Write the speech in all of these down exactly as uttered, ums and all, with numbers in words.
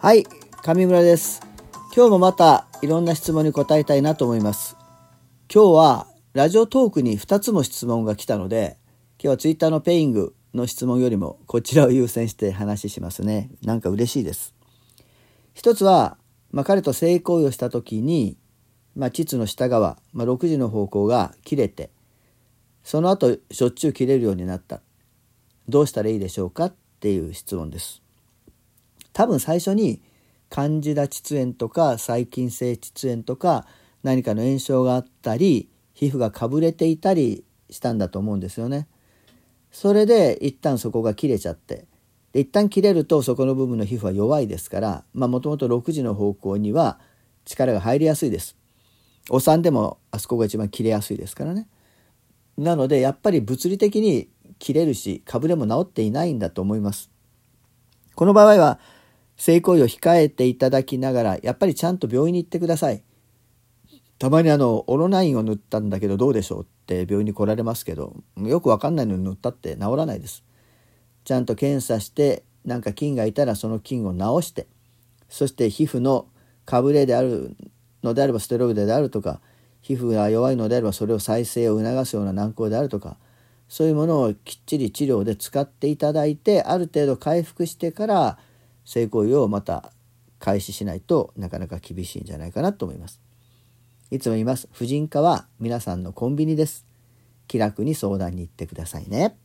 はい、上村です。今日もまたいろんな質問に答えたいなと思います。今日はラジオトークにふたつも質問が来たので、今日はツイッターのペイングの質問よりもこちらを優先して話しますね。なんか嬉しいです。一つは、まあ、彼と性行為をした時に、まあ、膣の下側、まあ、ろくじの方向が切れて、その後しょっちゅう切れるようになった。どうしたらいいでしょうかっていう質問です。多分最初にカンジダ膣炎とか細菌性膣炎とか何かの炎症があったり、皮膚がかぶれていたりしたんだと思うんですよね。それで一旦そこが切れちゃって、で一旦切れるとそこの部分の皮膚は弱いですから、まあもともとろくじの方向には力が入りやすいです。お産でもあそこが一番切れやすいですからね。なのでやっぱり物理的に切れるし、かぶれも治っていないんだと思います。この場合は性行為を控えていただきながら、やっぱりちゃんと病院に行ってください。たまにあのオロナインを塗ったんだけどどうでしょうって病院に来られますけど、よくわかんないのに塗ったって治らないです。ちゃんと検査して、なんか菌がいたらその菌を治して、そして皮膚のかぶれであるのであればステロイドであるとか、皮膚が弱いのであればそれを再生を促すような軟膏であるとか、そういうものをきっちり治療で使っていただいて、ある程度回復してから性行為をまた開始しないとなかなか厳しいんじゃないかなと思います。いつも言います。婦人科は皆さんのコンビニです。気楽に相談に行ってくださいね。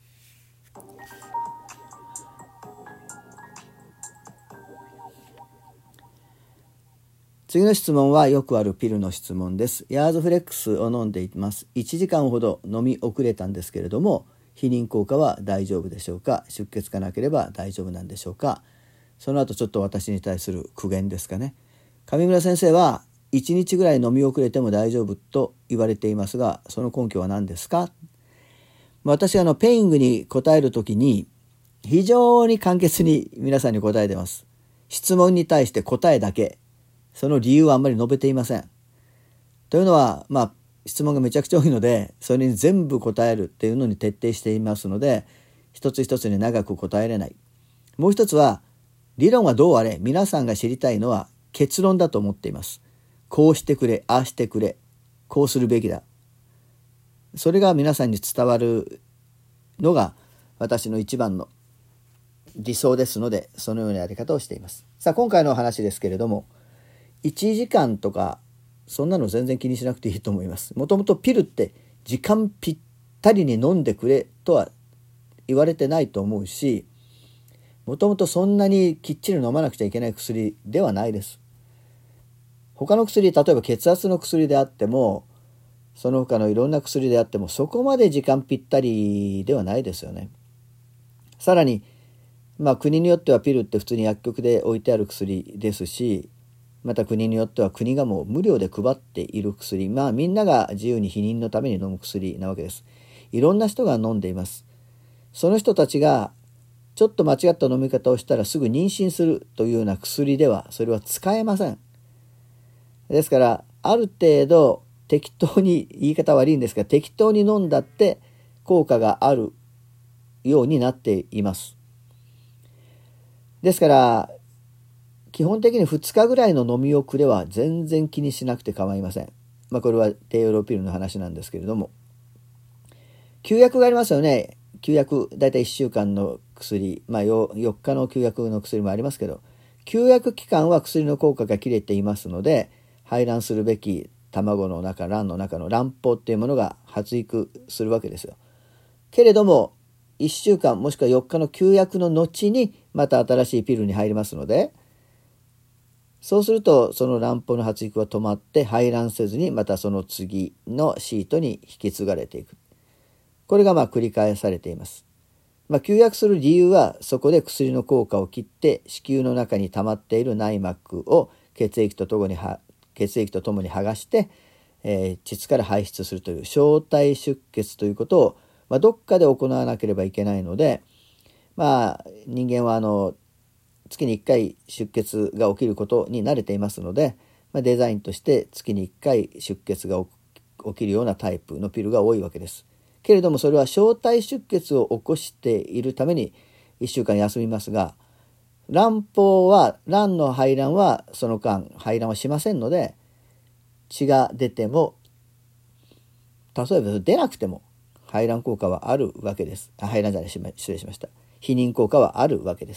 次の質問はよくあるピルの質問です。ヤーズフレックスを飲んでいます。いちじかんほど飲み遅れたんですけれども、避妊効果は大丈夫でしょうか？出血がなければ大丈夫なんでしょうか？その後ちょっと私に対する苦言ですかね。上村先生はいちにちぐらい飲み遅れても大丈夫と言われていますが、その根拠は何ですか？私はあのペイングに答えるときに非常に簡潔に皆さんに答えてます。質問に対して答えだけ、その理由はあんまり述べていません。というのは、まあ質問がめちゃくちゃ多いので、それに全部答えるっていうのに徹底していますので、一つ一つに長く答えれない。もう一つは、理論はどうあれ、皆さんが知りたいのは結論だと思っています。こうしてくれ、ああしてくれ、こうするべきだ。それが皆さんに伝わるのが私の一番の理想ですので、そのようなやり方をしています。さあ今回のお話ですけれども、いちじかんとかそんなの全然気にしなくていいと思います。もともとピルって時間ぴったりに飲んでくれとは言われてないと思うし、もともとそんなにきっちり飲まなくちゃいけない薬ではないです。他の薬、例えば血圧の薬であっても、その他のいろんな薬であっても、そこまで時間ぴったりではないですよね。さらに、まあ国によってはピルって普通に薬局で置いてある薬ですし、また国によっては国がもう無料で配っている薬、まあみんなが自由に避妊のために飲む薬なわけです。いろんな人が飲んでいます。その人たちがちょっと間違った飲み方をしたらすぐ妊娠するというような薬ではそれは使えません。ですからある程度適当に、言い方悪いんですが、適当に飲んだって効果があるようになっています。ですから基本的にふつかぐらいの飲み遅れは全然気にしなくて構いません。まあこれは低用量ピルの話なんですけれども、休薬がありますよね。休薬、だいたいいっしゅうかんの薬、まあよっかの休薬の薬もありますけど、休薬期間は薬の効果が切れていますので、排卵するべき卵の中、卵の中の卵胞っていうものが発育するわけですよ。けれどもいっしゅうかんもしくはよっかの休薬の後にまた新しいピルに入りますので、そうするとその卵胞の発育は止まって排卵せずにまたその次のシートに引き継がれていく。これがまあ繰り返されています。まあ、休薬する理由はそこで薬の効果を切って子宮の中に溜まっている内膜を血液とともには血液とともに剥がして、えー、膣から排出するという小体出血ということを、まあ、どっかで行わなければいけないので、まあ人間はあの月にいっかい出血が起きることに慣れていますので、まあ、デザインとして月にいっかい出血が起きるようなタイプのピルが多いわけです。けれどもそれは小体出血を起こしているためにいっしゅうかん休みますが、 卵胞は卵の排卵はその間排卵はしませんので、血が出ても例えば出なくても排卵効果はあるわけです。あ排卵じゃない、失礼しました。避妊効果はあるわけです。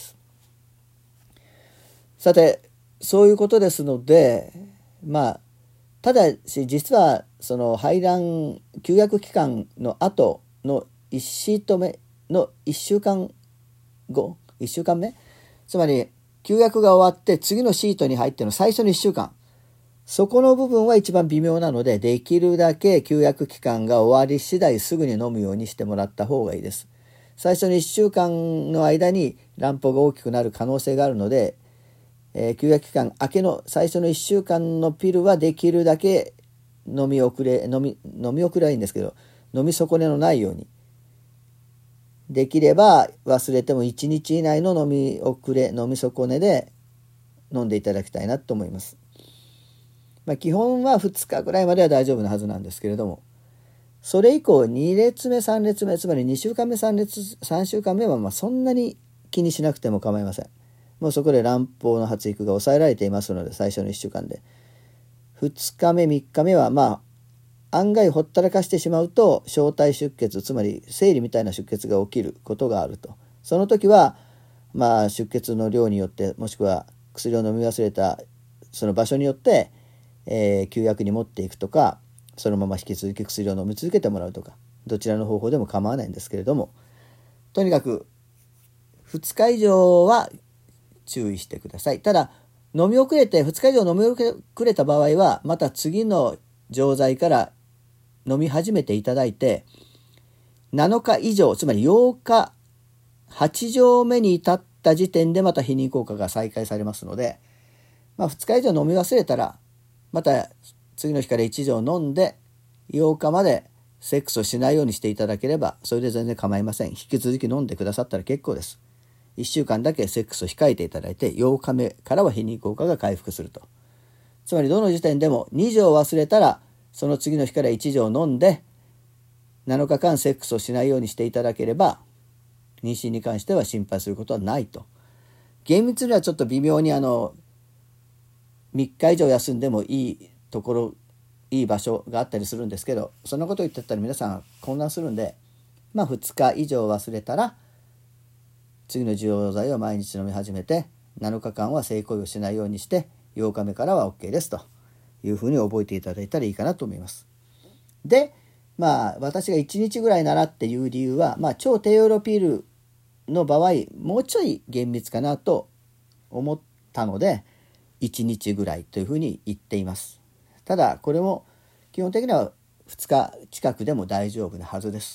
さてそういうことですので、まあただし実はその排卵休薬期間の後のいちシート目のいっしゅうかんごいっしゅうかんめ、つまり休薬が終わって次のシートに入っての最初のいっしゅうかん、そこの部分は一番微妙なので、できるだけ休薬期間が終わり次第すぐに飲むようにしてもらった方がいいです。最初のいっしゅうかんの間に卵胞が大きくなる可能性があるので、えー、休薬期間明けの最初のいっしゅうかんのピルはできるだけ飲み遅れ飲み飲み遅れはいいんですけど、飲み損ねのないように、できれば忘れてもいちにち以内の飲み遅れ飲み損ねで飲んでいただきたいなと思います。まあ、基本はふつかぐらいまでは大丈夫なはずなんですけれども、それ以降に列目さん列目、つまりにしゅうかんめさん列さんしゅうかんめはまあそんなに気にしなくても構いません。もうそこで卵胞の発育が抑えられていますので、最初のいっしゅうかんでふつかめみっかめはまあ案外ほったらかしてしまうと小体出血、つまり生理みたいな出血が起きることがあると。その時はまあ出血の量によって、もしくは薬を飲み忘れたその場所によって、えー、休薬に持っていくとか、そのまま引き続き薬を飲み続けてもらうとか、どちらの方法でも構わないんですけれども、とにかくふつか以上は注意してください。ただ飲み遅れてふつか以上飲み遅れた場合は、また次の錠剤から飲み始めていただいて、なのか以上、つまりようかはち錠目に至った時点でまた避妊効果が再開されますので、まあ、ふつか以上飲み忘れたらまた次の日からいち錠飲んでようかまでセックスをしないようにしていただければ、それで全然構いません。引き続き飲んでくださったら結構です。いっしゅうかんだけセックスを控えていただいて、ようかめからは避妊効果が回復すると。つまりどの時点でもに錠忘れたらその次の日からいち錠飲んでなのかかんセックスをしないようにしていただければ、妊娠に関しては心配することはないと。厳密にはちょっと微妙にあのみっか以上休んでもいいところ、いい場所があったりするんですけど、そんなこと言ってたら皆さん混乱するんで、まあふつか以上忘れたら次の錠剤を毎日飲み始めて、なのかかんは性行為をしないようにしてようかめからは OK ですというふうに覚えていただいたらいいかなと思います。でまあ私がいちにちぐらいならっていう理由は、まあ、超低用量ピルの場合もうちょい厳密かなと思ったのでいちにちぐらいというふうに言っています。ただこれも基本的にはふつか近くでも大丈夫なはずです。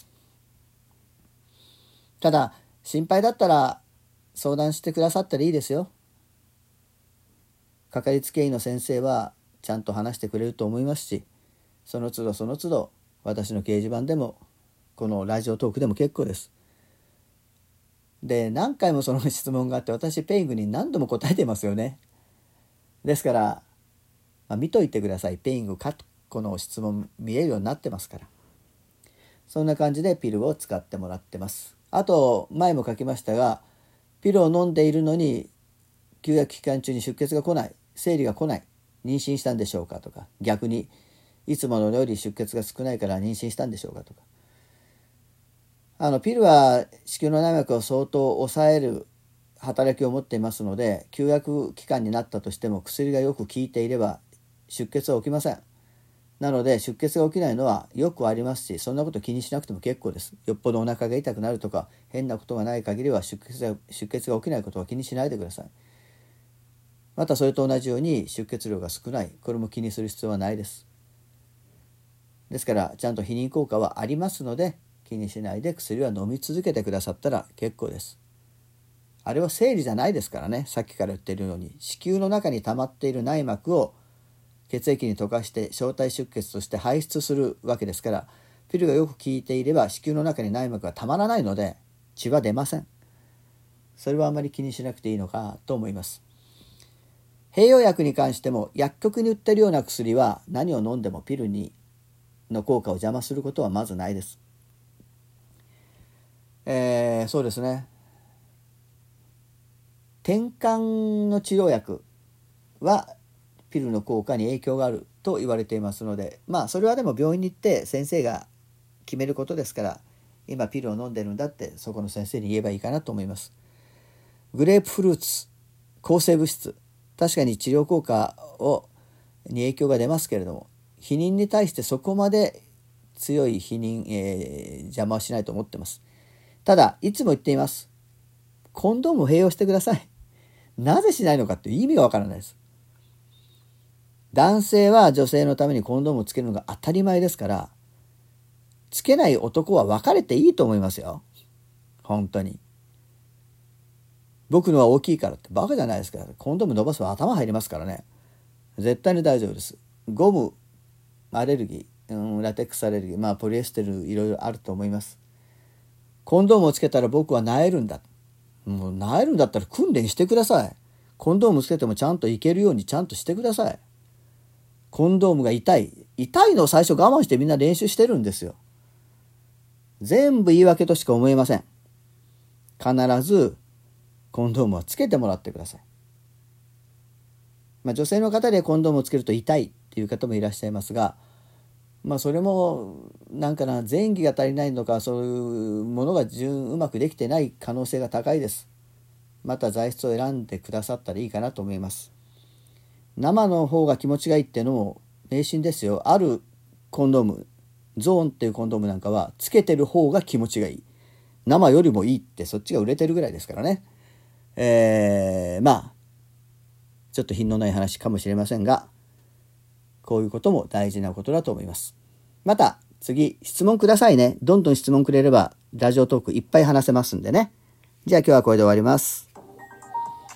ただ心配だったら相談してくださったらいいですよ。かかりつけ医の先生はちゃんと話してくれると思いますし、その都度その都度私の掲示板でもこのラジオトークでも結構です。で何回もその質問があって、私ペイングに何度も答えてますよね。ですから、まあ、見といてください。ペイングかこの質問見えるようになってますから。そんな感じでピルを使ってもらってます。あと前も書きましたが、ピルを飲んでいるのに休薬期間中に出血が来ない、生理が来ない、妊娠したんでしょうかとか、逆にいつものより出血が少ないから妊娠したんでしょうかとか、あのピルは子宮の内膜を相当抑える働きを持っていますので、休薬期間になったとしても薬がよく効いていれば出血は起きません。なので出血が起きないのはよくありますし、そんなこと気にしなくても結構です。よっぽどお腹が痛くなるとか変なことがない限りは出血が、出血が起きないことは気にしないでください。またそれと同じように出血量が少ない、これも気にする必要はないです。ですからちゃんと避妊効果はありますので、気にしないで薬は飲み続けてくださったら結構です。あれは生理じゃないですからね。さっきから言っているように子宮の中に溜まっている内膜を血液に溶かして小体出血として排出するわけですから、ピルがよく効いていれば子宮の中に内膜がたまらないので血は出ません。それはあまり気にしなくていいのかと思います。併用薬に関しても薬局に売ってるような薬は何を飲んでもピルにの効果を邪魔することはまずないです。えー、そうですね。 転換の治療薬はピルの効果に影響があると言われていますので、まあそれはでも病院に行って先生が決めることですから、今ピルを飲んでるんだってそこの先生に言えばいいかなと思います。グレープフルーツ、抗生物質、確かに治療効果をに影響が出ますけれども、避妊に対してそこまで強い避妊、えー、邪魔はしないと思ってます。ただいつも言っています。コンドームを併用してください。なぜしないのかっていう意味がわからないです。男性は女性のためにコンドームをつけるのが当たり前ですから、つけない男は別れていいと思いますよ。本当に。僕のは大きいからってバカじゃないですから。コンドーム伸ばすと頭入りますからね。絶対に大丈夫です。ゴムアレルギー、うん、ラテックスアレルギー、まあポリエステルいろいろあると思います。コンドームをつけたら僕は萎えるんだ。もう萎えるんだったら訓練してください。コンドームつけてもちゃんといけるようにちゃんとしてください。コンドームが痛い。痛いのを最初我慢してみんな練習してるんですよ。全部言い訳としか思えません。必ずコンドームはつけてもらってください。まあ、女性の方でコンドームをつけると痛いっていう方もいらっしゃいますが、まあそれもなんかな、前戯が足りないのか、そういうものが順うまくできてない可能性が高いです。また材質を選んでくださったらいいかなと思います。生の方が気持ちがいいっていうのも迷信ですよ。あるコンドーム、ゾーンっていうコンドームなんかはつけてる方が気持ちがいい。生よりもいいってそっちが売れてるぐらいですからね。えー、まあちょっと品のない話かもしれませんが、こういうことも大事なことだと思います。また次質問くださいね。どんどん質問くれればラジオトークいっぱい話せますんでね。じゃあ今日はこれで終わります。